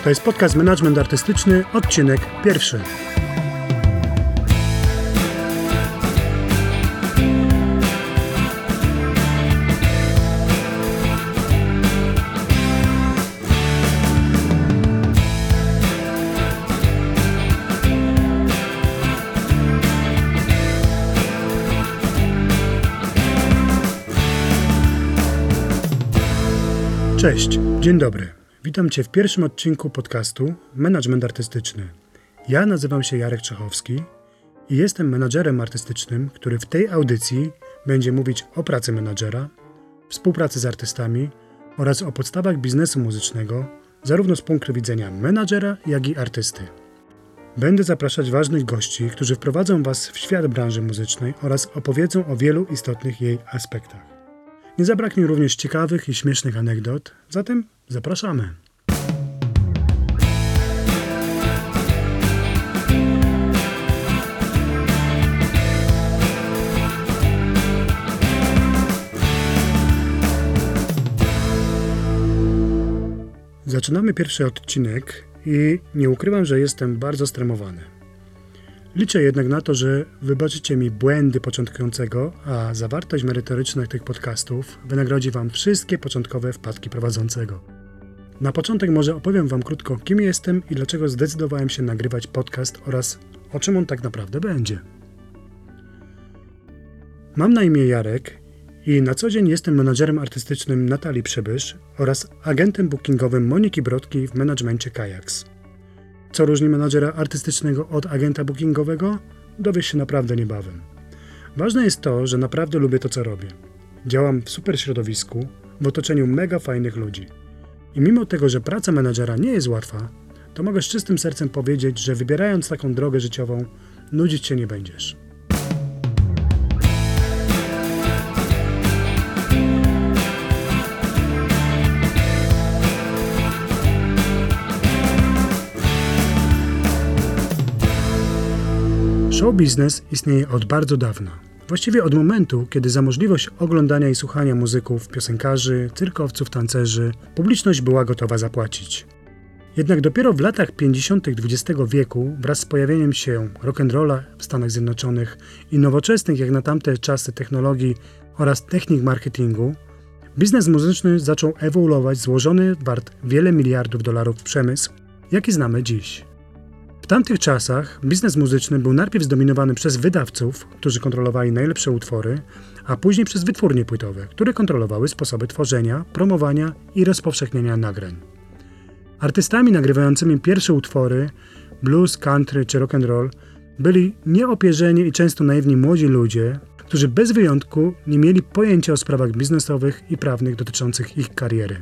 To jest podcast Management Artystyczny, odcinek 1. Cześć, dzień dobry. Witam Cię w pierwszym odcinku podcastu Management Artystyczny. Ja nazywam się Jarek Czechowski i jestem menadżerem artystycznym, który w tej audycji będzie mówić o pracy menadżera, współpracy z artystami oraz o podstawach biznesu muzycznego, zarówno z punktu widzenia menadżera, jak i artysty. Będę zapraszać ważnych gości, którzy wprowadzą Was w świat branży muzycznej oraz opowiedzą o wielu istotnych jej aspektach. Nie zabraknie również ciekawych i śmiesznych anegdot, zatem zapraszamy. Zaczynamy pierwszy odcinek i nie ukrywam, że jestem bardzo stremowany. Liczę jednak na to, że wybaczycie mi błędy początkującego, a zawartość merytoryczna tych podcastów wynagrodzi Wam wszystkie początkowe wpadki prowadzącego. Na początek może opowiem Wam krótko, kim jestem i dlaczego zdecydowałem się nagrywać podcast oraz o czym on tak naprawdę będzie. Mam na imię Jarek i na co dzień jestem menadżerem artystycznym Natalii Przybysz oraz agentem bookingowym Moniki Brodki w managemencie Kajaks. Co różni menadżera artystycznego od agenta bookingowego? Dowiesz się naprawdę niebawem. Ważne jest to, że naprawdę lubię to, co robię. Działam w super środowisku, w otoczeniu mega fajnych ludzi. I mimo tego, że praca menadżera nie jest łatwa, to mogę z czystym sercem powiedzieć, że wybierając taką drogę życiową, nudzić się nie będziesz. Show biznes istnieje od bardzo dawna. Właściwie od momentu, kiedy za możliwość oglądania i słuchania muzyków, piosenkarzy, cyrkowców, tancerzy, publiczność była gotowa zapłacić. Jednak dopiero w latach 50. XX wieku, wraz z pojawieniem się rock'n'rolla w Stanach Zjednoczonych i nowoczesnych jak na tamte czasy technologii oraz technik marketingu, biznes muzyczny zaczął ewoluować złożony wart wiele miliardów dolarów przemysł, jaki znamy dziś. W tamtych czasach biznes muzyczny był najpierw zdominowany przez wydawców, którzy kontrolowali najlepsze utwory, a później przez wytwórnie płytowe, które kontrolowały sposoby tworzenia, promowania i rozpowszechniania nagrań. Artystami nagrywającymi pierwsze utwory, blues, country czy rock'n'roll, byli nieopierzeni i często naiwni młodzi ludzie, którzy bez wyjątku nie mieli pojęcia o sprawach biznesowych i prawnych dotyczących ich kariery.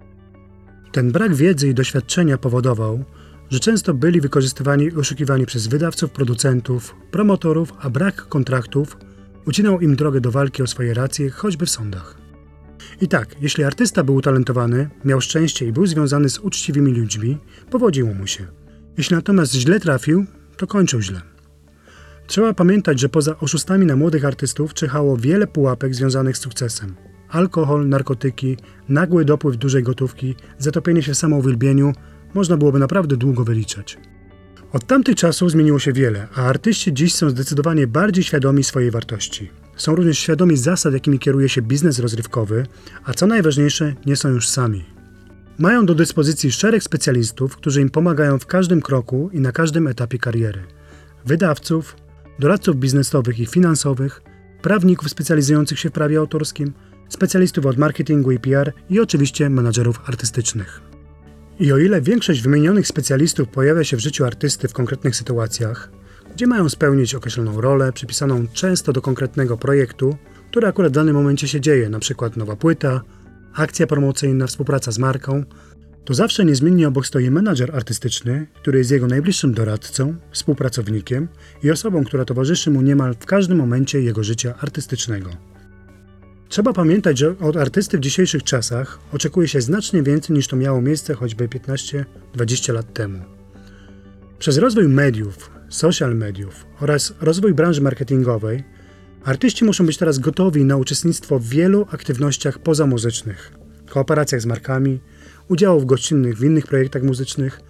Ten brak wiedzy i doświadczenia powodował, że często byli wykorzystywani i oszukiwani przez wydawców, producentów, promotorów, a brak kontraktów ucinał im drogę do walki o swoje racje, choćby w sądach. I tak, jeśli artysta był utalentowany, miał szczęście i był związany z uczciwymi ludźmi, powodziło mu się. Jeśli natomiast źle trafił, to kończył źle. Trzeba pamiętać, że poza oszustami na młodych artystów czyhało wiele pułapek związanych z sukcesem. Alkohol, narkotyki, nagły dopływ dużej gotówki, zatopienie się w samouwielbieniu, można byłoby naprawdę długo wyliczać. Od tamtych czasów zmieniło się wiele, a artyści dziś są zdecydowanie bardziej świadomi swojej wartości. Są również świadomi zasad, jakimi kieruje się biznes rozrywkowy, a co najważniejsze, nie są już sami. Mają do dyspozycji szereg specjalistów, którzy im pomagają w każdym kroku i na każdym etapie kariery. Wydawców, doradców biznesowych i finansowych, prawników specjalizujących się w prawie autorskim, specjalistów od marketingu i PR i oczywiście menadżerów artystycznych. I o ile większość wymienionych specjalistów pojawia się w życiu artysty w konkretnych sytuacjach, gdzie mają spełnić określoną rolę, przypisaną często do konkretnego projektu, który akurat w danym momencie się dzieje, np. nowa płyta, akcja promocyjna, współpraca z marką, to zawsze niezmiennie obok stoi menadżer artystyczny, który jest jego najbliższym doradcą, współpracownikiem i osobą, która towarzyszy mu niemal w każdym momencie jego życia artystycznego. Trzeba pamiętać, że od artysty w dzisiejszych czasach oczekuje się znacznie więcej niż to miało miejsce choćby 15-20 lat temu. Przez rozwój mediów, social mediów oraz rozwój branży marketingowej artyści muszą być teraz gotowi na uczestnictwo w wielu aktywnościach pozamuzycznych, kooperacjach z markami, udziałów gościnnych w innych projektach muzycznych,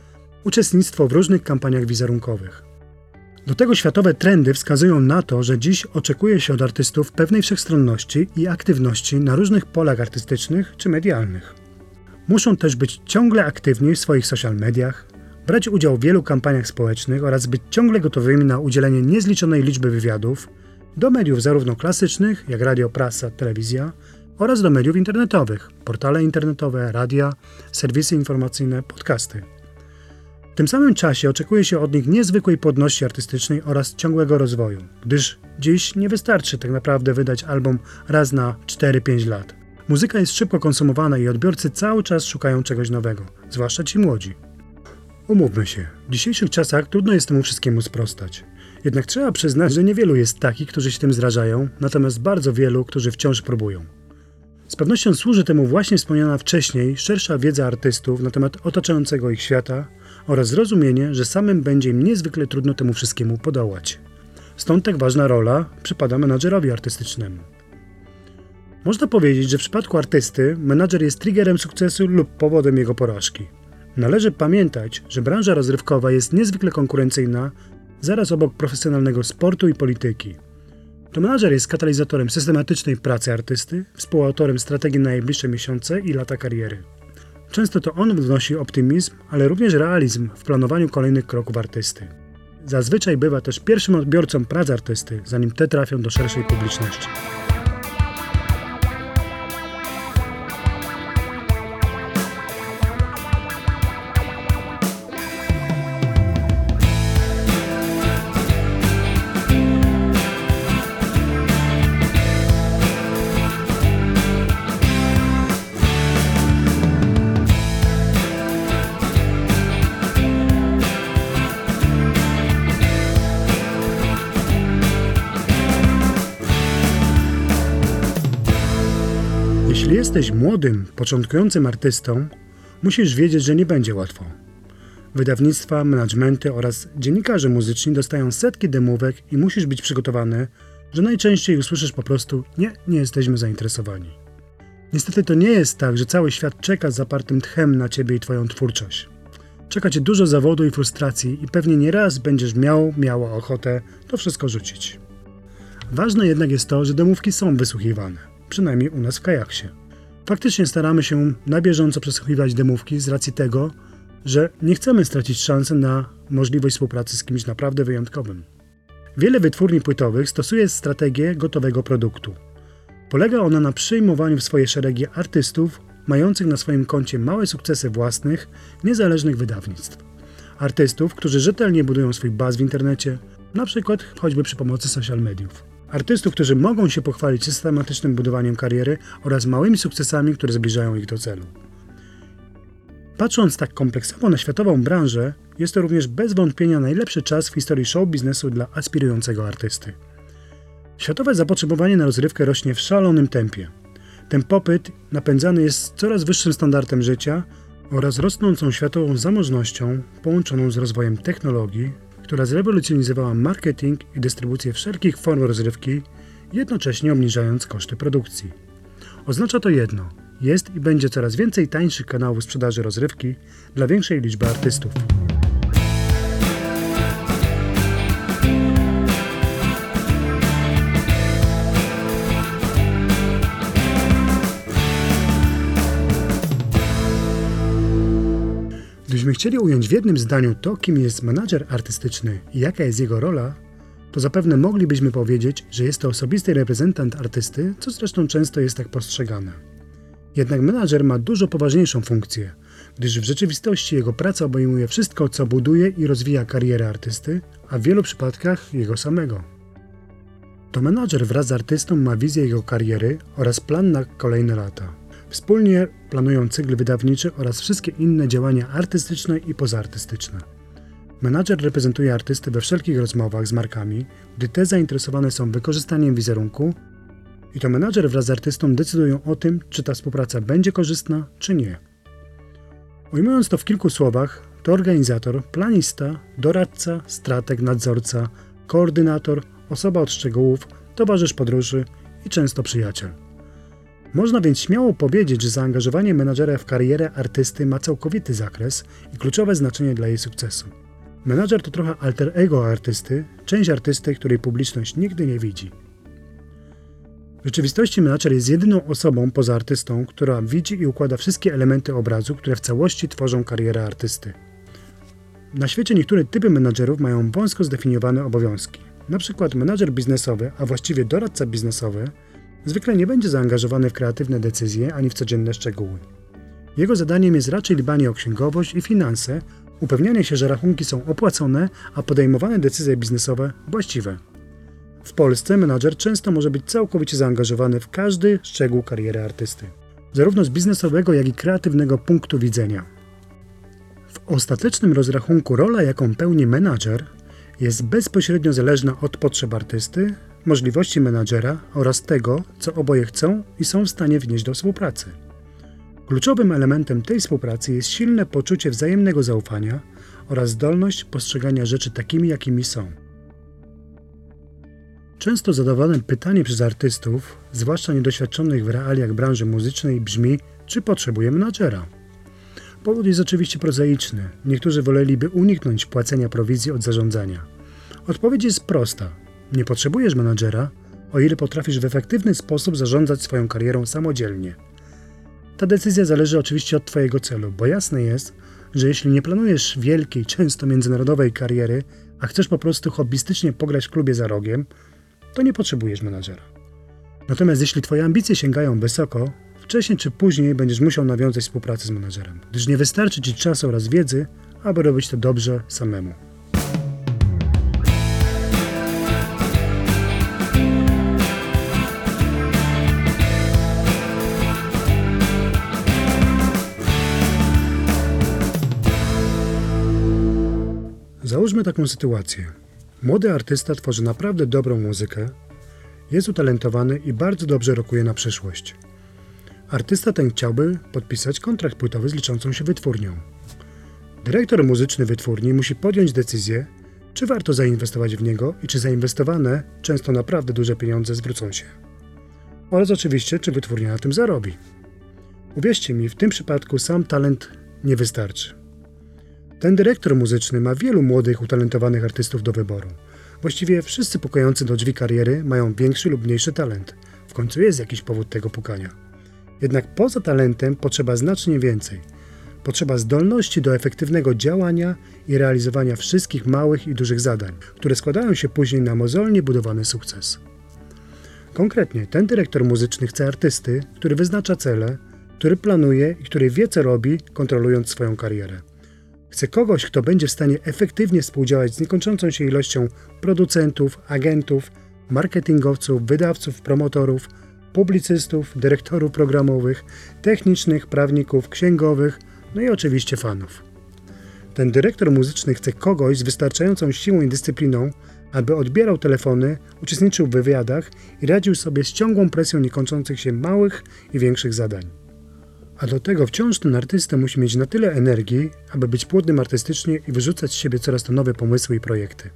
uczestnictwo w różnych kampaniach wizerunkowych. Do tego światowe trendy wskazują na to, że dziś oczekuje się od artystów pewnej wszechstronności i aktywności na różnych polach artystycznych czy medialnych. Muszą też być ciągle aktywni w swoich social mediach, brać udział w wielu kampaniach społecznych oraz być ciągle gotowymi na udzielenie niezliczonej liczby wywiadów do mediów zarówno klasycznych, jak radio, prasa, telewizja, oraz do mediów internetowych, portale internetowe, radia, serwisy informacyjne, podcasty. W tym samym czasie oczekuje się od nich niezwykłej płodności artystycznej oraz ciągłego rozwoju, gdyż dziś nie wystarczy tak naprawdę wydać album raz na 4-5 lat. Muzyka jest szybko konsumowana i odbiorcy cały czas szukają czegoś nowego, zwłaszcza ci młodzi. Umówmy się, w dzisiejszych czasach trudno jest temu wszystkiemu sprostać. Jednak trzeba przyznać, że niewielu jest takich, którzy się tym zrażają, natomiast bardzo wielu, którzy wciąż próbują. Z pewnością służy temu właśnie wspomniana wcześniej szersza wiedza artystów na temat otaczającego ich świata oraz zrozumienie, że samym będzie im niezwykle trudno temu wszystkiemu podołać. Stąd tak ważna rola przypada menadżerowi artystycznemu. Można powiedzieć, że w przypadku artysty menadżer jest triggerem sukcesu lub powodem jego porażki. Należy pamiętać, że branża rozrywkowa jest niezwykle konkurencyjna zaraz obok profesjonalnego sportu i polityki. To menadżer jest katalizatorem systematycznej pracy artysty, współautorem strategii na najbliższe miesiące i lata kariery. Często to on wnosi optymizm, ale również realizm w planowaniu kolejnych kroków artysty. Zazwyczaj bywa też pierwszym odbiorcą prac artysty, zanim te trafią do szerszej publiczności. Jeśli jesteś młodym, początkującym artystą, musisz wiedzieć, że nie będzie łatwo. Wydawnictwa, managementy oraz dziennikarze muzyczni dostają setki demówek i musisz być przygotowany, że najczęściej usłyszysz po prostu nie jesteśmy zainteresowani. Niestety to nie jest tak, że cały świat czeka z zapartym tchem na ciebie i twoją twórczość. Czeka cię dużo zawodu i frustracji i pewnie nieraz będziesz miała ochotę to wszystko rzucić. Ważne jednak jest to, że demówki są wysłuchiwane. Przynajmniej u nas w Kajaksie. Faktycznie staramy się na bieżąco przesłuchiwać demówki z racji tego, że nie chcemy stracić szansy na możliwość współpracy z kimś naprawdę wyjątkowym. Wiele wytwórni płytowych stosuje strategię gotowego produktu. Polega ona na przyjmowaniu w swoje szeregi artystów mających na swoim koncie małe sukcesy własnych, niezależnych wydawnictw. Artystów, którzy rzetelnie budują swój baz w internecie, na przykład choćby przy pomocy social mediów. Artystów, którzy mogą się pochwalić systematycznym budowaniem kariery oraz małymi sukcesami, które zbliżają ich do celu. Patrząc tak kompleksowo na światową branżę, jest to również bez wątpienia najlepszy czas w historii show biznesu dla aspirującego artysty. Światowe zapotrzebowanie na rozrywkę rośnie w szalonym tempie. Ten popyt napędzany jest coraz wyższym standardem życia oraz rosnącą światową zamożnością połączoną z rozwojem technologii, która zrewolucjonizowała marketing i dystrybucję wszelkich form rozrywki, jednocześnie obniżając koszty produkcji. Oznacza to jedno: jest i będzie coraz więcej tańszych kanałów sprzedaży rozrywki dla większej liczby artystów. Gdybyśmy chcieli ująć w jednym zdaniu to, kim jest menadżer artystyczny i jaka jest jego rola, to zapewne moglibyśmy powiedzieć, że jest to osobisty reprezentant artysty, co zresztą często jest tak postrzegane. Jednak menadżer ma dużo poważniejszą funkcję, gdyż w rzeczywistości jego praca obejmuje wszystko, co buduje i rozwija karierę artysty, a w wielu przypadkach jego samego. To menadżer wraz z artystą ma wizję jego kariery oraz plan na kolejne lata. Wspólnie planują cykl wydawniczy oraz wszystkie inne działania artystyczne i pozaartystyczne. Menadżer reprezentuje artystę we wszelkich rozmowach z markami, gdy te zainteresowane są wykorzystaniem wizerunku i to menadżer wraz z artystą decydują o tym, czy ta współpraca będzie korzystna, czy nie. Ujmując to w kilku słowach, to organizator, planista, doradca, strateg, nadzorca, koordynator, osoba od szczegółów, towarzysz podróży i często przyjaciel. Można więc śmiało powiedzieć, że zaangażowanie menadżera w karierę artysty ma całkowity zakres i kluczowe znaczenie dla jej sukcesu. Menadżer to trochę alter ego artysty, część artysty, której publiczność nigdy nie widzi. W rzeczywistości menadżer jest jedyną osobą poza artystą, która widzi i układa wszystkie elementy obrazu, które w całości tworzą karierę artysty. Na świecie niektóre typy menadżerów mają wąsko zdefiniowane obowiązki. Na przykład menadżer biznesowy, a właściwie doradca biznesowy, zwykle nie będzie zaangażowany w kreatywne decyzje ani w codzienne szczegóły. Jego zadaniem jest raczej dbanie o księgowość i finanse, upewnianie się, że rachunki są opłacone, a podejmowane decyzje biznesowe właściwe. W Polsce menadżer często może być całkowicie zaangażowany w każdy szczegół kariery artysty, zarówno z biznesowego, jak i kreatywnego punktu widzenia. W ostatecznym rozrachunku rola, jaką pełni menadżer, jest bezpośrednio zależna od potrzeb artysty, możliwości menadżera oraz tego, co oboje chcą i są w stanie wnieść do współpracy. Kluczowym elementem tej współpracy jest silne poczucie wzajemnego zaufania oraz zdolność postrzegania rzeczy takimi, jakimi są. Często zadawane pytanie przez artystów, zwłaszcza niedoświadczonych w realiach branży muzycznej, brzmi: czy potrzebuje menadżera? Powód jest oczywiście prozaiczny. Niektórzy woleliby uniknąć płacenia prowizji od zarządzania. Odpowiedź jest prosta. Nie potrzebujesz menadżera, o ile potrafisz w efektywny sposób zarządzać swoją karierą samodzielnie. Ta decyzja zależy oczywiście od Twojego celu, bo jasne jest, że jeśli nie planujesz wielkiej, często międzynarodowej kariery, a chcesz po prostu hobbystycznie pograć w klubie za rogiem, to nie potrzebujesz menadżera. Natomiast jeśli Twoje ambicje sięgają wysoko, wcześniej czy później będziesz musiał nawiązać współpracę z menadżerem, gdyż nie wystarczy Ci czasu oraz wiedzy, aby robić to dobrze samemu. Załóżmy taką sytuację. Młody artysta tworzy naprawdę dobrą muzykę, jest utalentowany i bardzo dobrze rokuje na przyszłość. Artysta ten chciałby podpisać kontrakt płytowy z liczącą się wytwórnią. Dyrektor muzyczny wytwórni musi podjąć decyzję, czy warto zainwestować w niego i czy zainwestowane, często naprawdę duże pieniądze zwrócą się. Oraz oczywiście, czy wytwórnia na tym zarobi. Uwierzcie mi, w tym przypadku sam talent nie wystarczy. Ten dyrektor muzyczny ma wielu młodych, utalentowanych artystów do wyboru. Właściwie wszyscy pukający do drzwi kariery mają większy lub mniejszy talent. W końcu jest jakiś powód tego pukania. Jednak poza talentem potrzeba znacznie więcej. Potrzeba zdolności do efektywnego działania i realizowania wszystkich małych i dużych zadań, które składają się później na mozolnie budowany sukces. Konkretnie, ten dyrektor muzyczny chce artysty, który wyznacza cele, który planuje i który wie, co robi, kontrolując swoją karierę. Chce kogoś, kto będzie w stanie efektywnie współdziałać z niekończącą się ilością producentów, agentów, marketingowców, wydawców, promotorów, publicystów, dyrektorów programowych, technicznych, prawników, księgowych, no i oczywiście fanów. Ten dyrektor muzyczny chce kogoś z wystarczającą siłą i dyscypliną, aby odbierał telefony, uczestniczył w wywiadach i radził sobie z ciągłą presją niekończących się małych i większych zadań. A do tego wciąż ten artysta musi mieć na tyle energii, aby być płodnym artystycznie i wyrzucać z siebie coraz to nowe pomysły i projekty.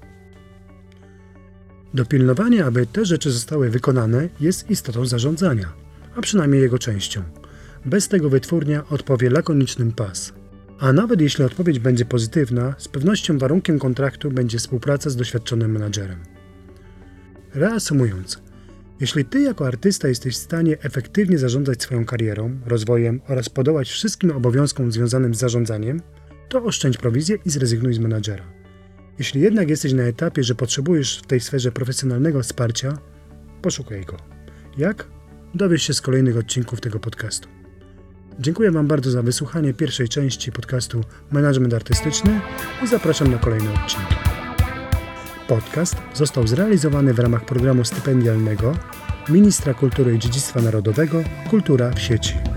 Dopilnowanie, aby te rzeczy zostały wykonane, jest istotą zarządzania, a przynajmniej jego częścią. Bez tego wytwórnia odpowie lakonicznym pas. A nawet jeśli odpowiedź będzie pozytywna, z pewnością warunkiem kontraktu będzie współpraca z doświadczonym menadżerem. Reasumując, jeśli Ty jako artysta jesteś w stanie efektywnie zarządzać swoją karierą, rozwojem oraz podołać wszystkim obowiązkom związanym z zarządzaniem, to oszczędź prowizję i zrezygnuj z menadżera. Jeśli jednak jesteś na etapie, że potrzebujesz w tej sferze profesjonalnego wsparcia, poszukaj go. Jak? Dowiesz się z kolejnych odcinków tego podcastu. Dziękuję Wam bardzo za wysłuchanie pierwszej części podcastu Management Artystyczny i zapraszam na kolejne odcinki. Podcast został zrealizowany w ramach programu stypendialnego Ministra Kultury i Dziedzictwa Narodowego Kultura w sieci.